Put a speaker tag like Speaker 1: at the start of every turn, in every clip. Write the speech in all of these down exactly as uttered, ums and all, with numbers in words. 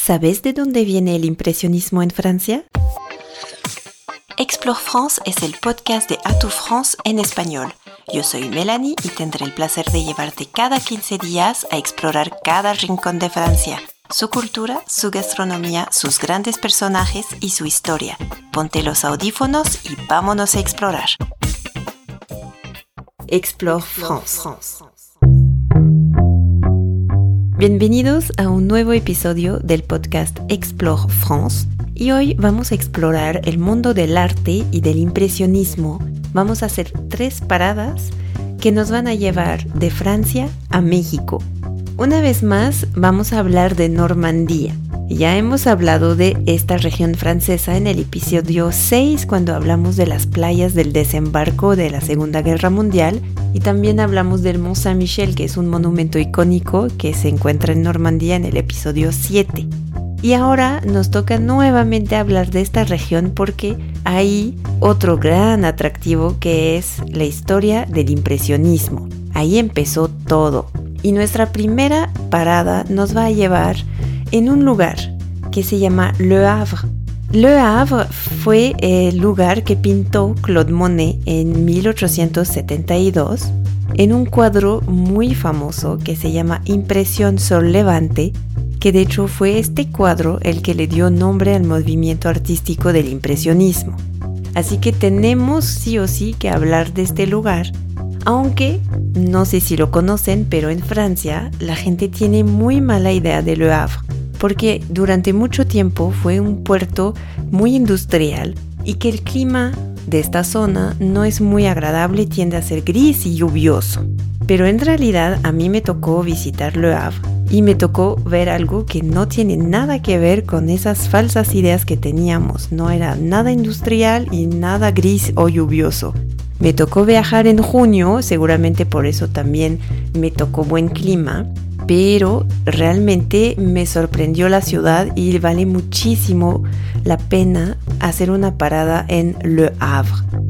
Speaker 1: ¿Sabes de dónde viene el impresionismo en Francia? Explore France es el podcast de Atout France en español. Yo soy Melanie y tendré el placer de llevarte cada quince días a explorar cada rincón de Francia, su cultura, su gastronomía, sus grandes personajes y su historia. Ponte los audífonos y vámonos a explorar. Explore France. Bienvenidos a un nuevo episodio del podcast Explore France y hoy vamos a explorar el mundo del arte y del impresionismo. Vamos a hacer tres paradas que nos van a llevar de Francia a México. Una vez más vamos a hablar de Normandía. Ya hemos hablado de esta región francesa en el episodio seis cuando hablamos de las playas del desembarco de la Segunda Guerra Mundial y también hablamos del Mont Saint-Michel, que es un monumento icónico que se encuentra en Normandía en el episodio siete. Y ahora nos toca nuevamente hablar de esta región porque hay otro gran atractivo que es la historia del impresionismo. Ahí empezó todo. Y nuestra primera parada nos va a llevar en un lugar que se llama Le Havre. Le Havre fue el lugar que pintó Claude Monet en mil ochocientos setenta y dos en un cuadro muy famoso que se llama Impresión Sol Levante, que de hecho fue este cuadro el que le dio nombre al movimiento artístico del impresionismo. Así que tenemos sí o sí que hablar de este lugar, aunque no sé si lo conocen, pero en Francia la gente tiene muy mala idea de Le Havre, porque durante mucho tiempo fue un puerto muy industrial y que el clima de esta zona no es muy agradable, tiende a ser gris y lluvioso. Pero en realidad a mí me tocó visitar Le Havre y me tocó ver algo que no tiene nada que ver con esas falsas ideas que teníamos. No era nada industrial y nada gris o lluvioso. Me tocó viajar en junio, seguramente por eso también me tocó buen clima, pero realmente me sorprendió la ciudad y vale muchísimo la pena hacer una parada en Le Havre.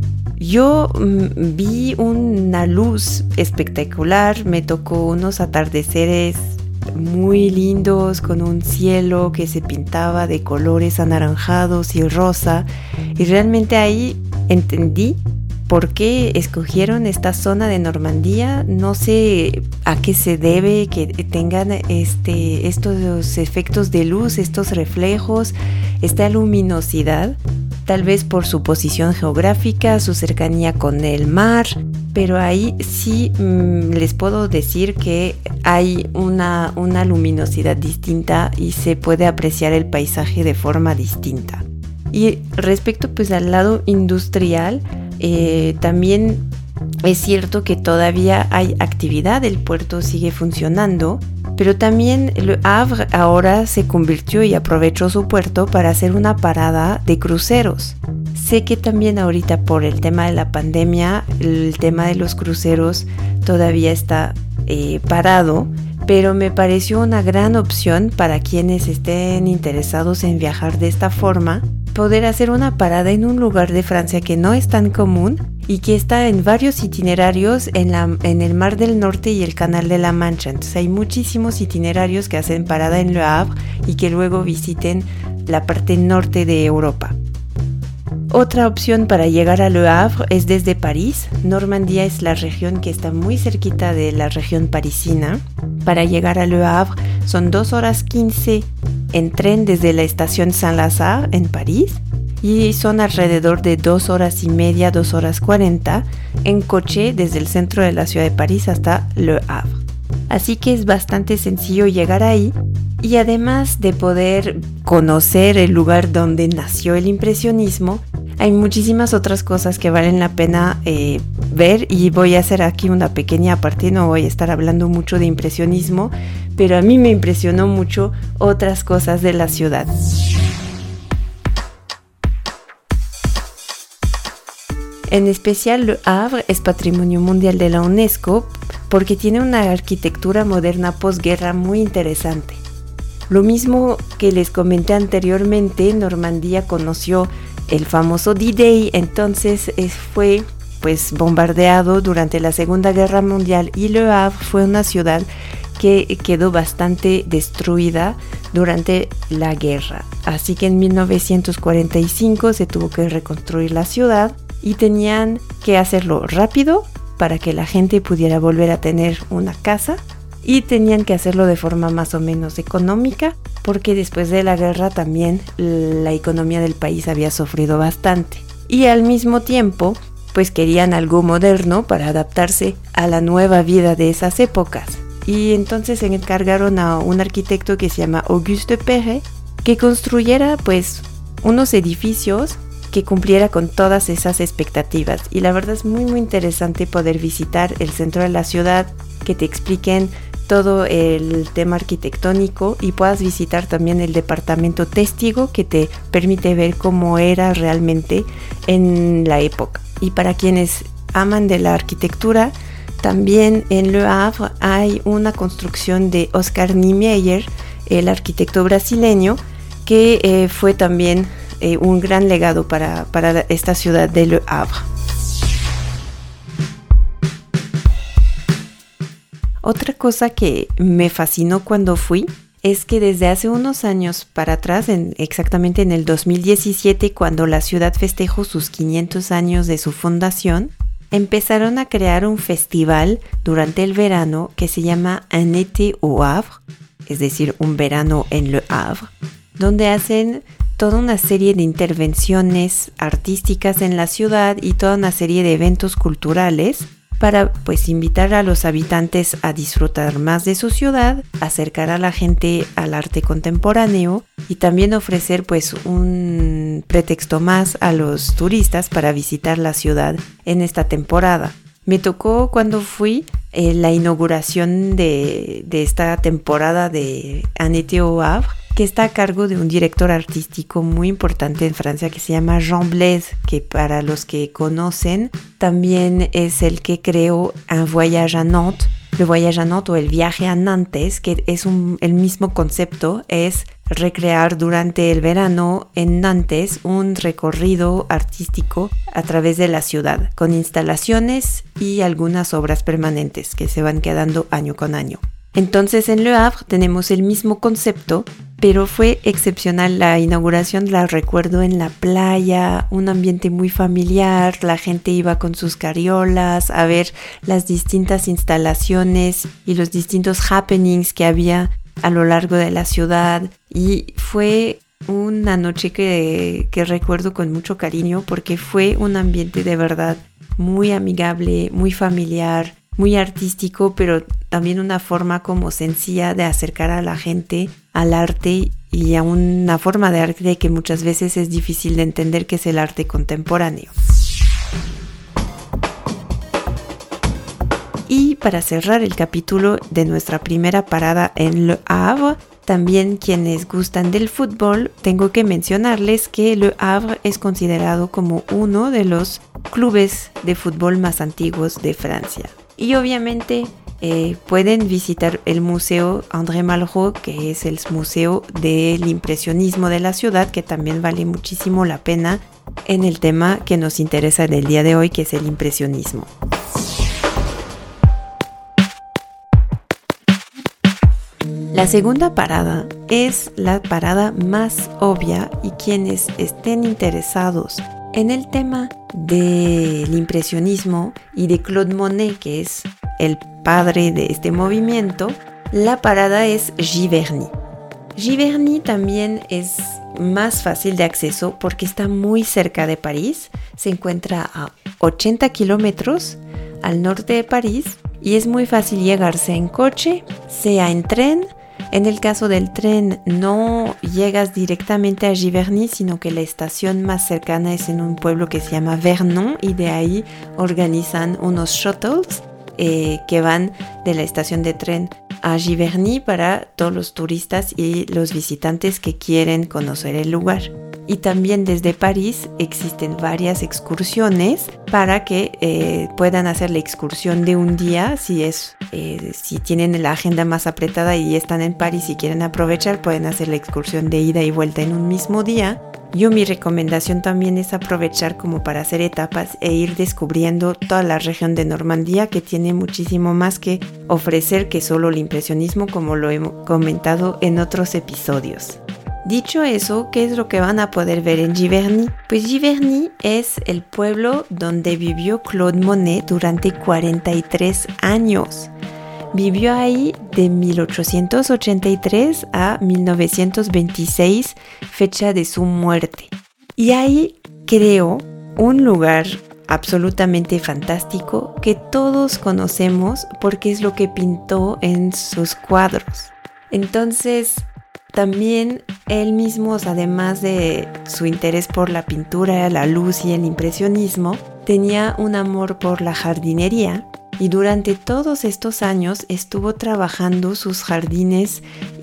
Speaker 1: Yo mmm, vi una luz espectacular, me tocó unos atardeceres muy lindos con un cielo que se pintaba de colores anaranjados y rosa y realmente ahí entendí por qué escogieron esta zona de Normandía. No sé a qué se debe que tengan este, estos efectos de luz, estos reflejos, esta luminosidad, tal vez por su posición geográfica, su cercanía con el mar, pero ahí sí mmm, les puedo decir que hay una, una luminosidad distinta y se puede apreciar el paisaje de forma distinta. Y respecto pues al lado industrial, eh, también es cierto que todavía hay actividad, el puerto sigue funcionando, pero también Le Havre ahora se convirtió y aprovechó su puerto para hacer una parada de cruceros. Sé que también ahorita por el tema de la pandemia, el tema de los cruceros todavía está eh, parado, pero me pareció una gran opción para quienes estén interesados en viajar de esta forma, poder hacer una parada en un lugar de Francia que no es tan común y que está en varios itinerarios en, la, en el Mar del Norte y el Canal de la Mancha. Entonces hay muchísimos itinerarios que hacen parada en Le Havre y que luego visiten la parte norte de Europa. Otra opción para llegar a Le Havre es desde París. Normandía es la región que está muy cerquita de la región parisina. Para llegar a Le Havre son dos horas quince en tren desde la estación Saint-Lazare en París y son alrededor de dos horas y media, dos horas cuarenta en coche desde el centro de la ciudad de París hasta Le Havre. Así que es bastante sencillo llegar ahí y además de poder conocer el lugar donde nació el impresionismo, hay muchísimas otras cosas que valen la pena eh, ver y voy a hacer aquí una pequeña parte, no voy a estar hablando mucho de impresionismo, pero a mí me impresionó mucho otras cosas de la ciudad. En especial, Le Havre es Patrimonio Mundial de la UNESCO porque tiene una arquitectura moderna posguerra muy interesante. Lo mismo que les comenté anteriormente, Normandía conoció el famoso D-Day, entonces fue pues bombardeado durante la Segunda Guerra Mundial y Le Havre fue una ciudad que quedó bastante destruida durante la guerra. Así que en mil novecientos cuarenta y cinco se tuvo que reconstruir la ciudad y tenían que hacerlo rápido para que la gente pudiera volver a tener una casa, y tenían que hacerlo de forma más o menos económica porque después de la guerra también la economía del país había sufrido bastante. Y al mismo tiempo pues querían algo moderno para adaptarse a la nueva vida de esas épocas. Y entonces se encargaron a un arquitecto que se llama Auguste Perret que construyera pues unos edificios que cumpliera con todas esas expectativas. Y la verdad es muy muy interesante poder visitar el centro de la ciudad, que te expliquen todo el tema arquitectónico y puedas visitar también el departamento testigo, que te permite ver cómo era realmente en la época. Y para quienes aman de la arquitectura, también en Le Havre hay una construcción de Oscar Niemeyer, el arquitecto brasileño, que eh, fue también eh, un gran legado para, para esta ciudad de Le Havre. Otra cosa que me fascinó cuando fui es que desde hace unos años para atrás, en, exactamente en el dos mil diecisiete, cuando la ciudad festejó sus quinientos años de su fundación, empezaron a crear un festival durante el verano que se llama Un été au Havre, es decir, un verano en Le Havre, donde hacen toda una serie de intervenciones artísticas en la ciudad y toda una serie de eventos culturales para pues invitar a los habitantes a disfrutar más de su ciudad, acercar a la gente al arte contemporáneo y también ofrecer pues un pretexto más a los turistas para visitar la ciudad en esta temporada. Me tocó cuando fui eh, la inauguración de, de esta temporada de Un été au Havre, que está a cargo de un director artístico muy importante en Francia que se llama Jean Blaise, que para los que conocen también es el que creó Un voyage à Nantes, Le voyage à Nantes o el viaje a Nantes, que es un, el mismo concepto, es recrear durante el verano en Nantes un recorrido artístico a través de la ciudad, con instalaciones y algunas obras permanentes que se van quedando año con año. Entonces en Le Havre tenemos el mismo concepto, pero fue excepcional. La inauguración la recuerdo en la playa, un ambiente muy familiar, la gente iba con sus carriolas a ver las distintas instalaciones y los distintos happenings que había a lo largo de la ciudad, y fue una noche que, que recuerdo con mucho cariño porque fue un ambiente de verdad muy amigable, muy familiar, muy artístico, pero también una forma como sencilla de acercar a la gente al arte y a una forma de arte que muchas veces es difícil de entender, que es el arte contemporáneo. Y para cerrar el capítulo de nuestra primera parada en Le Havre, también quienes gustan del fútbol, tengo que mencionarles que Le Havre es considerado como uno de los clubes de fútbol más antiguos de Francia. Y obviamente eh, pueden visitar el Museo André Malraux, que es el museo del impresionismo de la ciudad, que también vale muchísimo la pena en el tema que nos interesa del día de hoy, que es el impresionismo. La segunda parada es la parada más obvia, y quienes estén interesados en el tema del impresionismo y de Claude Monet, que es el padre de este movimiento, la parada es Giverny. Giverny también es más fácil de acceso porque está muy cerca de París, se encuentra a ochenta kilómetros al norte de París y es muy fácil llegarse en coche, sea en tren. En el caso del tren no llegas directamente a Giverny, sino que la estación más cercana es en un pueblo que se llama Vernon, y de ahí organizan unos shuttles eh, que van de la estación de tren a Giverny para todos los turistas y los visitantes que quieren conocer el lugar. Y también desde París existen varias excursiones para que eh, puedan hacer la excursión de un día. Si, es, eh, si tienen la agenda más apretada y están en París y quieren aprovechar, pueden hacer la excursión de ida y vuelta en un mismo día. Yo mi recomendación también es aprovechar como para hacer etapas e ir descubriendo toda la región de Normandía, que tiene muchísimo más que ofrecer que solo el impresionismo, como lo he comentado en otros episodios. Dicho eso, ¿qué es lo que van a poder ver en Giverny? Pues Giverny es el pueblo donde vivió Claude Monet durante cuarenta y tres años. Vivió ahí de mil ochocientos ochenta y tres a mil novecientos veintiséis, fecha de su muerte. Y ahí creó un lugar absolutamente fantástico que todos conocemos porque es lo que pintó en sus cuadros. Entonces, también él mismo, además de su interés por la pintura, la luz y el impresionismo, tenía un amor por la jardinería. Y durante todos estos años estuvo trabajando sus jardines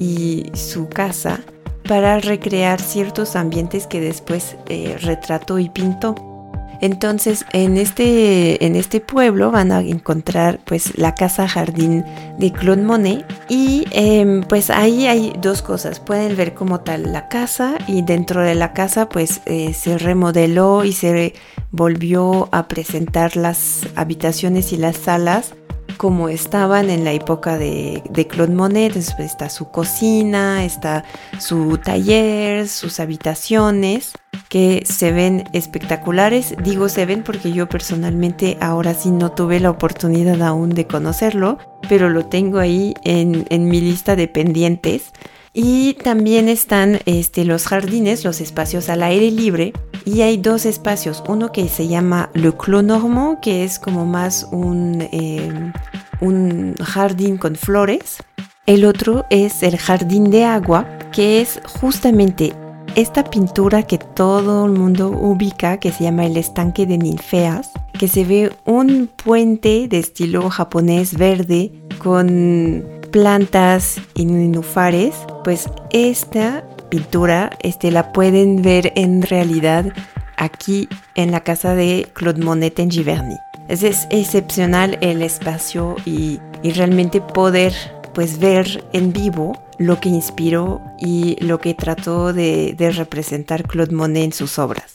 Speaker 1: y su casa para recrear ciertos ambientes que después eh, retrató y pintó. Entonces, en este, en este pueblo van a encontrar pues la casa jardín de Claude Monet y eh, pues ahí hay dos cosas. Pueden ver como tal la casa y dentro de la casa pues eh, se remodeló y se volvió a presentar las habitaciones y las salas como estaban en la época de, de Claude Monet. Después está su cocina, está su taller, sus habitaciones, que se ven espectaculares. Digo se ven porque yo personalmente ahora sí no tuve la oportunidad aún de conocerlo, pero lo tengo ahí en, en mi lista de pendientes. Y también están este, los jardines, los espacios al aire libre. Y hay dos espacios, uno que se llama Le Clos Normand, que es como más un, eh, un jardín con flores. El otro es el Jardín de Agua, que es justamente esta pintura que todo el mundo ubica, que se llama el estanque de ninfeas, que se ve un puente de estilo japonés verde con plantas y nenúfares. Pues esta pintura este, la pueden ver en realidad aquí en la casa de Claude Monet en Giverny. Es, es excepcional el espacio y, y realmente poder pues, ver en vivo lo que inspiró y lo que trató de, de representar Claude Monet en sus obras.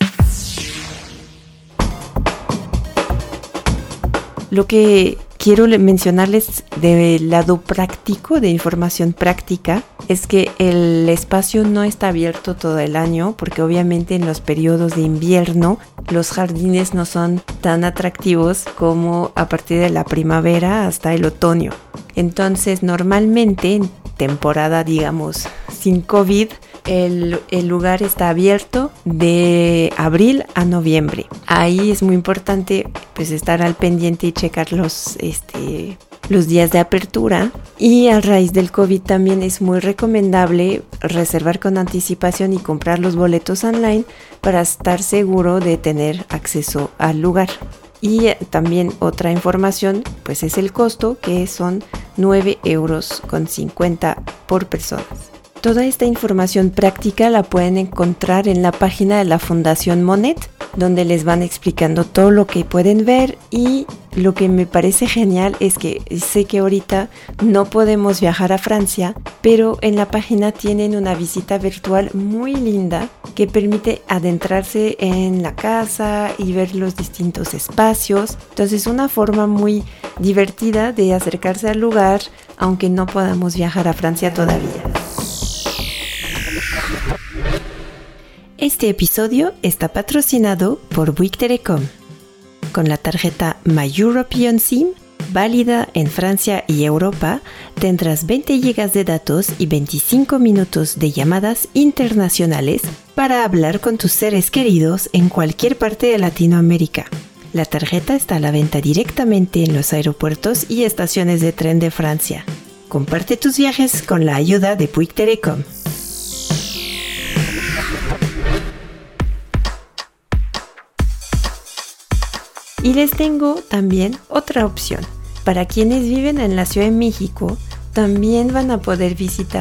Speaker 1: Lo que quiero mencionarles del lado práctico, de información práctica, es que el espacio no está abierto todo el año porque obviamente en los periodos de invierno los jardines no son tan atractivos como a partir de la primavera hasta el otoño. Entonces normalmente en temporada digamos sin COVID el, el lugar está abierto de abril a noviembre. Ahí es muy importante pues estar al pendiente y checar los, este, los días de apertura. Y a raíz del COVID también es muy recomendable reservar con anticipación y comprar los boletos online para estar seguro de tener acceso al lugar. Y también otra información pues es el costo, que son nueve euros con cincuenta por persona. Toda esta información práctica la pueden encontrar en la página de la Fundación Monet, donde les van explicando todo lo que pueden ver. Y lo que me parece genial es que sé que ahorita no podemos viajar a Francia, pero en la página tienen una visita virtual muy linda que permite adentrarse en la casa y ver los distintos espacios. Entonces, una forma muy divertida de acercarse al lugar, aunque no podamos viajar a Francia todavía. Este episodio está patrocinado por Bouygues Telecom. Con la tarjeta My European SIM, válida en Francia y Europa, tendrás veinte gigas de datos y veinticinco minutos de llamadas internacionales para hablar con tus seres queridos en cualquier parte de Latinoamérica. La tarjeta está a la venta directamente en los aeropuertos y estaciones de tren de Francia. Comparte tus viajes con la ayuda de Bouygues Telecom. Y les tengo también otra opción. Para quienes viven en la Ciudad de México, también van a poder visitar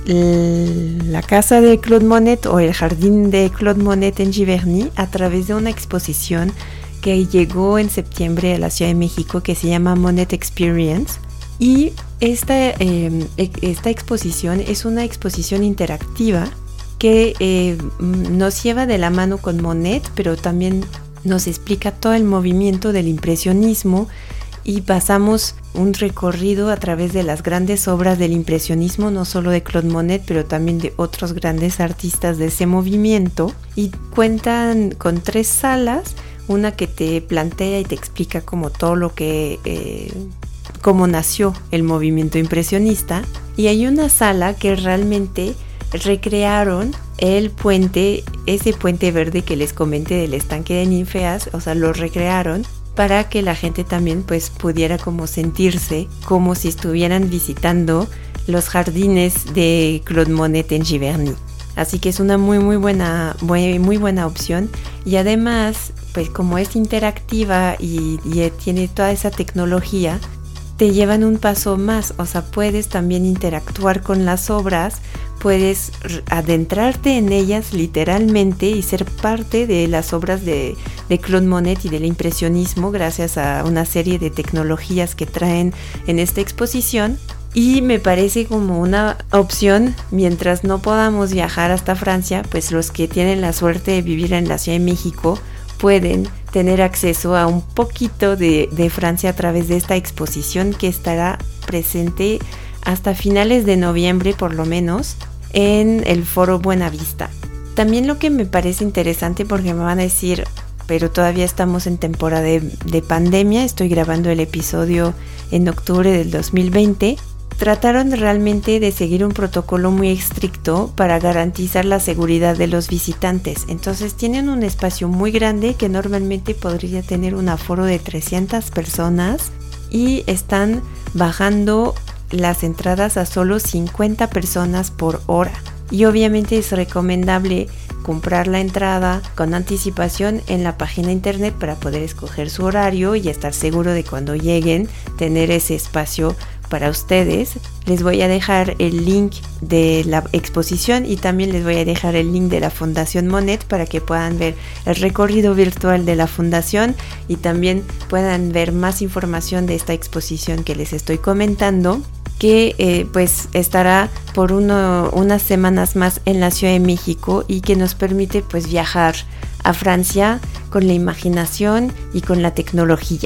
Speaker 1: la casa de Claude Monet o el jardín de Claude Monet en Giverny a través de una exposición que llegó en septiembre a la Ciudad de México que se llama Monet Experience. Y esta, eh, esta exposición es una exposición interactiva que eh, nos lleva de la mano con Monet, pero también nos explica todo el movimiento del impresionismo y pasamos un recorrido a través de las grandes obras del impresionismo, no solo de Claude Monet, pero también de otros grandes artistas de ese movimiento. Y cuentan con tres salas, una que te plantea y te explica como todo lo que... Eh, cómo nació el movimiento impresionista, y hay una sala que realmente recrearon el puente, ese puente verde que les comenté del estanque de ninfeas, o sea, lo recrearon para que la gente también pues pudiera como sentirse como si estuvieran visitando los jardines de Claude Monet en Giverny. Así que es una muy muy buena, muy, muy buena opción, y además pues como es interactiva y, y tiene toda esa tecnología, te llevan un paso más, o sea, puedes también interactuar con las obras, puedes adentrarte en ellas literalmente y ser parte de las obras de, de Claude Monet y del impresionismo gracias a una serie de tecnologías que traen en esta exposición. Y me parece como una opción, mientras no podamos viajar hasta Francia, pues los que tienen la suerte de vivir en la Ciudad de México pueden tener acceso a un poquito de, de Francia a través de esta exposición que estará presente hasta finales de noviembre por lo menos en el Foro Buenavista. También lo que me parece interesante, porque me van a decir, pero todavía estamos en temporada de, de pandemia, estoy grabando el episodio en octubre del dos mil veinte, trataron realmente de seguir un protocolo muy estricto para garantizar la seguridad de los visitantes. Entonces tienen un espacio muy grande que normalmente podría tener un aforo de trescientas personas y están bajando las entradas a solo cincuenta personas por hora. Y obviamente es recomendable comprar la entrada con anticipación en la página internet para poder escoger su horario y estar seguro de cuando lleguen tener ese espacio para ustedes. Les voy a dejar el link de la exposición y también les voy a dejar el link de la Fundación Monet para que puedan ver el recorrido virtual de la fundación y también puedan ver más información de esta exposición que les estoy comentando, que eh, pues estará por uno, unas semanas más en la Ciudad de México y que nos permite pues viajar a Francia con la imaginación y con la tecnología.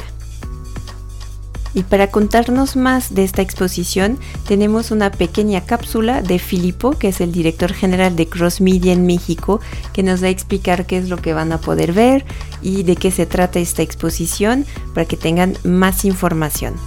Speaker 1: Y para contarnos más de esta exposición, tenemos una pequeña cápsula de Filippo, que es el director general de Cross Media en México, que nos va a explicar qué es lo que van a poder ver y de qué se trata esta exposición para que tengan más información.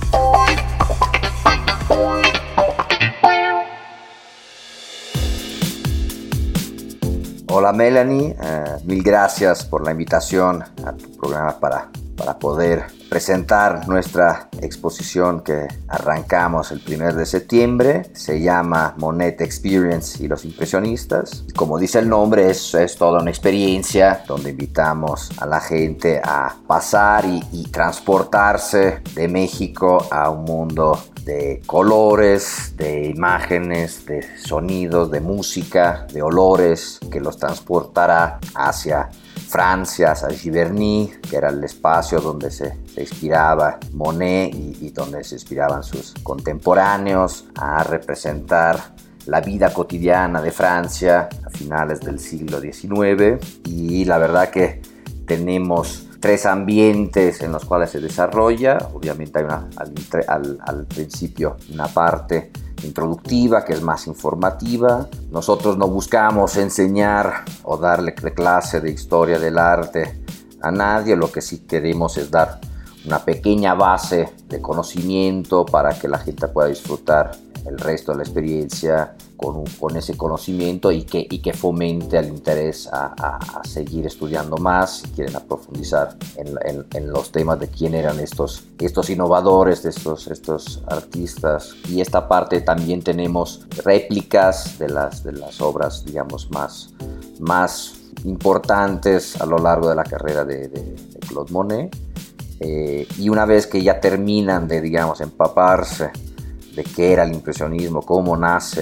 Speaker 2: Hola Melanie, uh, mil gracias por la invitación a tu programa para, para poder presentar nuestra exposición que arrancamos el primero de septiembre. Se llama Monet Experience y los impresionistas. Y como dice el nombre, es, es toda una experiencia donde invitamos a la gente a pasar y, y transportarse de México a un mundo de colores, de imágenes, de sonidos, de música, de olores, que los transportará hacia Francia, hacia Giverny, que era el espacio donde se, se inspiraba Monet y, y donde se inspiraban sus contemporáneos, a representar la vida cotidiana de Francia a finales del siglo diecinueve. Y la verdad que tenemos tres ambientes en los cuales se desarrolla. Obviamente hay una, al, al, al principio una parte introductiva que es más informativa. Nosotros no buscamos enseñar o darle clase de historia del arte a nadie. Lo que sí queremos es dar una pequeña base de conocimiento para que la gente pueda disfrutar el resto de la experiencia con, un, con ese conocimiento y que, y que fomente el interés a, a, a seguir estudiando más si quieren profundizar en, en, en los temas de quién eran estos, estos innovadores, estos, estos artistas. Y esta parte también tenemos réplicas de las, de las obras, digamos, más, más importantes a lo largo de la carrera de, de, de Claude Monet. Eh, y una vez que ya terminan de, digamos, empaparse de qué era el impresionismo, cómo nace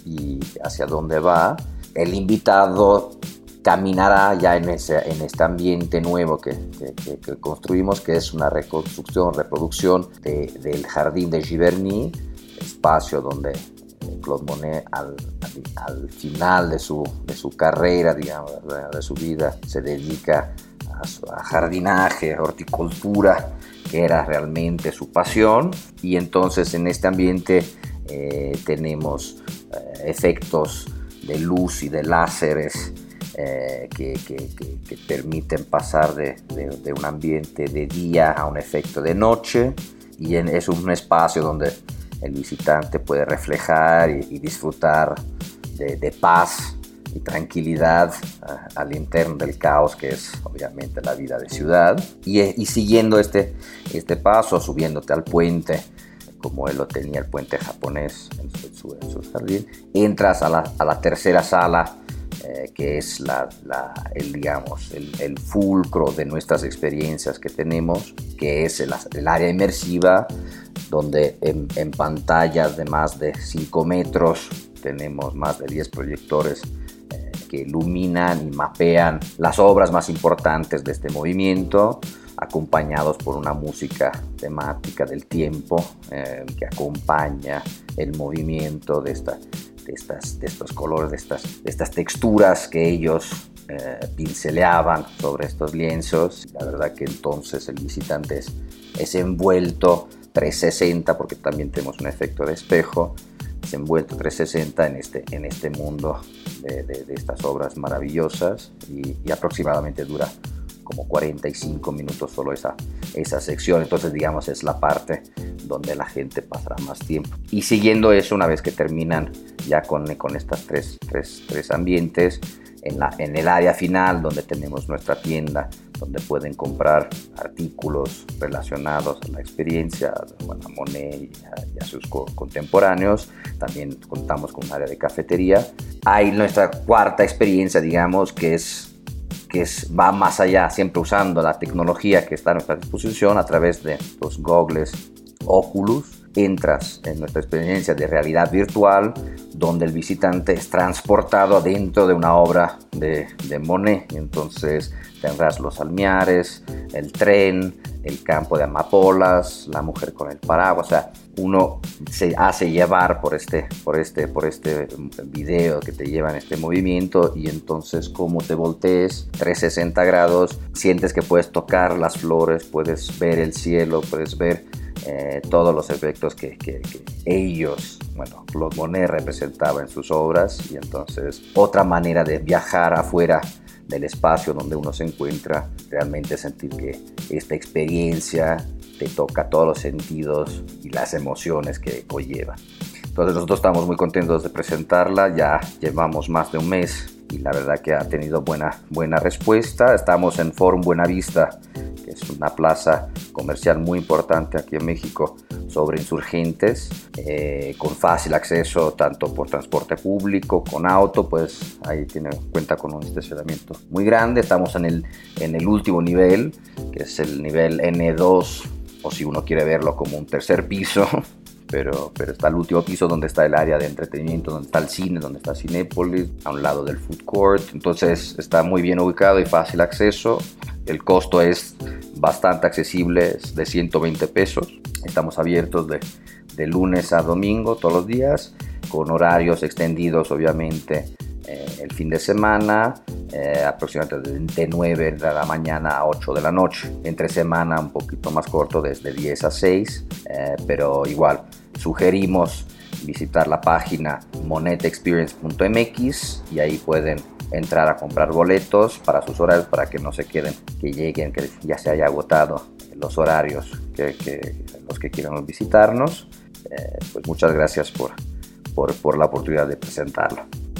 Speaker 2: y hacia dónde va. El invitado caminará ya en, ese, en este ambiente nuevo que, que, que, que construimos, que es una reconstrucción, reproducción de, del jardín de Giverny, espacio donde Claude Monet al, al, al final de su, de su carrera, digamos, de su vida, se dedica a, su, a jardinaje, horticultura, que era realmente su pasión. Y entonces en este ambiente eh, tenemos eh, efectos de luz y de láseres eh, que, que, que, que permiten pasar de, de, de un ambiente de día a un efecto de noche, y en, es un espacio donde el visitante puede reflejar y, y disfrutar de, de paz y tranquilidad uh, al interno del caos que es obviamente la vida de ciudad. Y, y siguiendo este, este paso, subiéndote al puente, como él lo tenía, el puente japonés en su, en su jardín, entras a la, a la tercera sala, eh, que es la, la, el, digamos, el, el fulcro de nuestras experiencias que tenemos, que es el, el área inmersiva, donde en, en pantallas de más de cinco metros tenemos más de diez proyectores eh, que iluminan y mapean las obras más importantes de este movimiento, acompañados por una música temática del tiempo eh, que acompaña el movimiento de, esta, de, estas, de estos colores, de estas, de estas texturas que ellos eh, pinceleaban sobre estos lienzos. La verdad que entonces el visitante es, es envuelto trescientos sesenta, porque también tenemos un efecto de espejo, es envuelto trescientos sesenta en este, en este mundo de, de, de estas obras maravillosas, y, y aproximadamente dura como cuarenta y cinco minutos solo esa, esa sección. Entonces, digamos, es la parte donde la gente pasará más tiempo. Y siguiendo eso, una vez que terminan ya con, con estas tres, tres, tres ambientes, en, la, en el área final, donde tenemos nuestra tienda, donde pueden comprar artículos relacionados a la experiencia, bueno, a Monet y a, y a sus co- contemporáneos. También contamos con un área de cafetería. Hay nuestra cuarta experiencia, digamos, que es que es, va más allá, siempre usando la tecnología que está a nuestra disposición a través de los goggles Oculus. Entras en nuestra experiencia de realidad virtual, donde el visitante es transportado adentro de una obra de, de Monet. Y entonces tendrás los almiares, el tren, el campo de amapolas, la mujer con el paraguas. O sea, uno se hace llevar por este, por este, por este video que te lleva en este movimiento, y entonces como te voltees trescientos sesenta grados, sientes que puedes tocar las flores, puedes ver el cielo, puedes ver Eh, todos los efectos que, que, que ellos, bueno, Claude Monet representaba en sus obras. Y entonces otra manera de viajar afuera del espacio donde uno se encuentra, realmente sentir que esta experiencia te toca todos los sentidos y las emociones que conlleva. Entonces nosotros estamos muy contentos de presentarla, ya llevamos más de un mes y la verdad que ha tenido buena, buena respuesta. Estamos en Forum Buenavista, que es una plaza comercial muy importante aquí en México, sobre Insurgentes, eh, con fácil acceso tanto por transporte público, con auto, pues ahí tiene, cuenta con un estacionamiento muy grande. Estamos en el, en el último nivel, que es el nivel ene dos, o si uno quiere verlo como un tercer piso, pero, pero está el último piso, donde está el área de entretenimiento, donde está el cine, donde está Cinépolis, a un lado del food court. Entonces está muy bien ubicado y fácil acceso. El costo es bastante accesible, es de ciento veinte pesos. Estamos abiertos de, de lunes a domingo todos los días, con horarios extendidos obviamente eh, el fin de semana, eh, aproximadamente de nueve de la mañana a ocho de la noche. Entre semana un poquito más corto, desde diez a seis, eh, pero igual sugerimos visitar la página monet experience punto eme equis, y ahí pueden entrar a comprar boletos para sus horarios, para que no se queden, que lleguen, que ya se haya agotado los horarios que, que los que quieran visitarnos. Eh, pues muchas gracias por, por, por la oportunidad de presentarlo.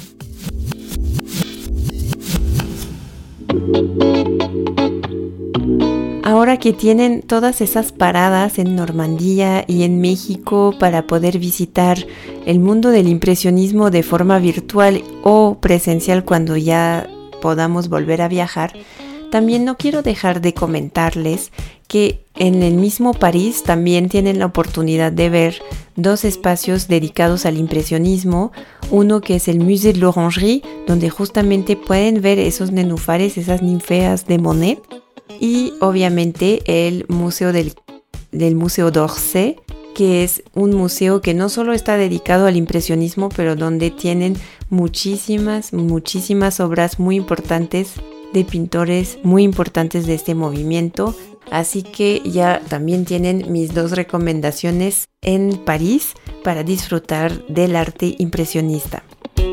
Speaker 1: Ahora que tienen todas esas paradas en Normandía y en México para poder visitar el mundo del impresionismo de forma virtual o presencial cuando ya podamos volver a viajar, También no quiero dejar de comentarles que en el mismo París también tienen la oportunidad de ver dos espacios dedicados al impresionismo, uno que es el Musée de l'Orangerie, donde justamente pueden ver esos nenúfares, esas ninfeas de Monet, y obviamente el Museo del, del Museo d'Orsay, que es un museo que no solo está dedicado al impresionismo, pero donde tienen muchísimas, muchísimas obras muy importantes de pintores muy importantes de este movimiento. Así que ya también tienen mis dos recomendaciones en París para disfrutar del arte impresionista.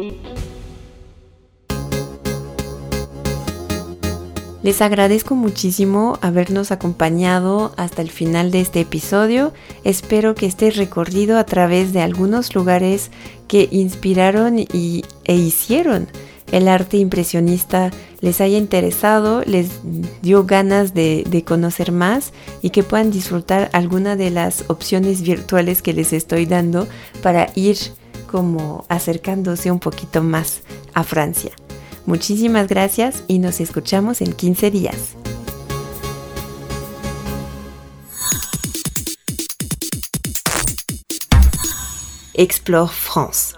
Speaker 1: Les agradezco muchísimo habernos acompañado hasta el final de este episodio. Espero que este recorrido a través de algunos lugares que inspiraron y, e hicieron el arte impresionista les haya interesado, les dio ganas de, de conocer más y que puedan disfrutar alguna de las opciones virtuales que les estoy dando para ir como acercándose un poquito más a Francia. Muchísimas gracias y nos escuchamos en quince días. Explore France.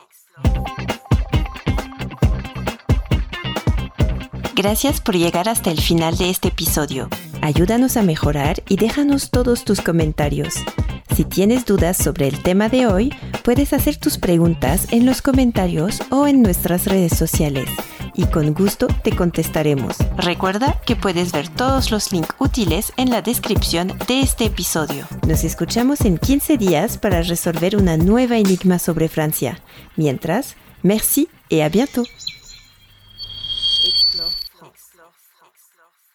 Speaker 1: Gracias por llegar hasta el final de este episodio. Ayúdanos a mejorar y déjanos todos tus comentarios. Si tienes dudas sobre el tema de hoy, puedes hacer tus preguntas en los comentarios o en nuestras redes sociales y con gusto te contestaremos. Recuerda que puedes ver todos los links útiles en la descripción de este episodio. Nos escuchamos en quince días para resolver una nueva enigma sobre Francia. Mientras, merci et à bientôt. Explore France.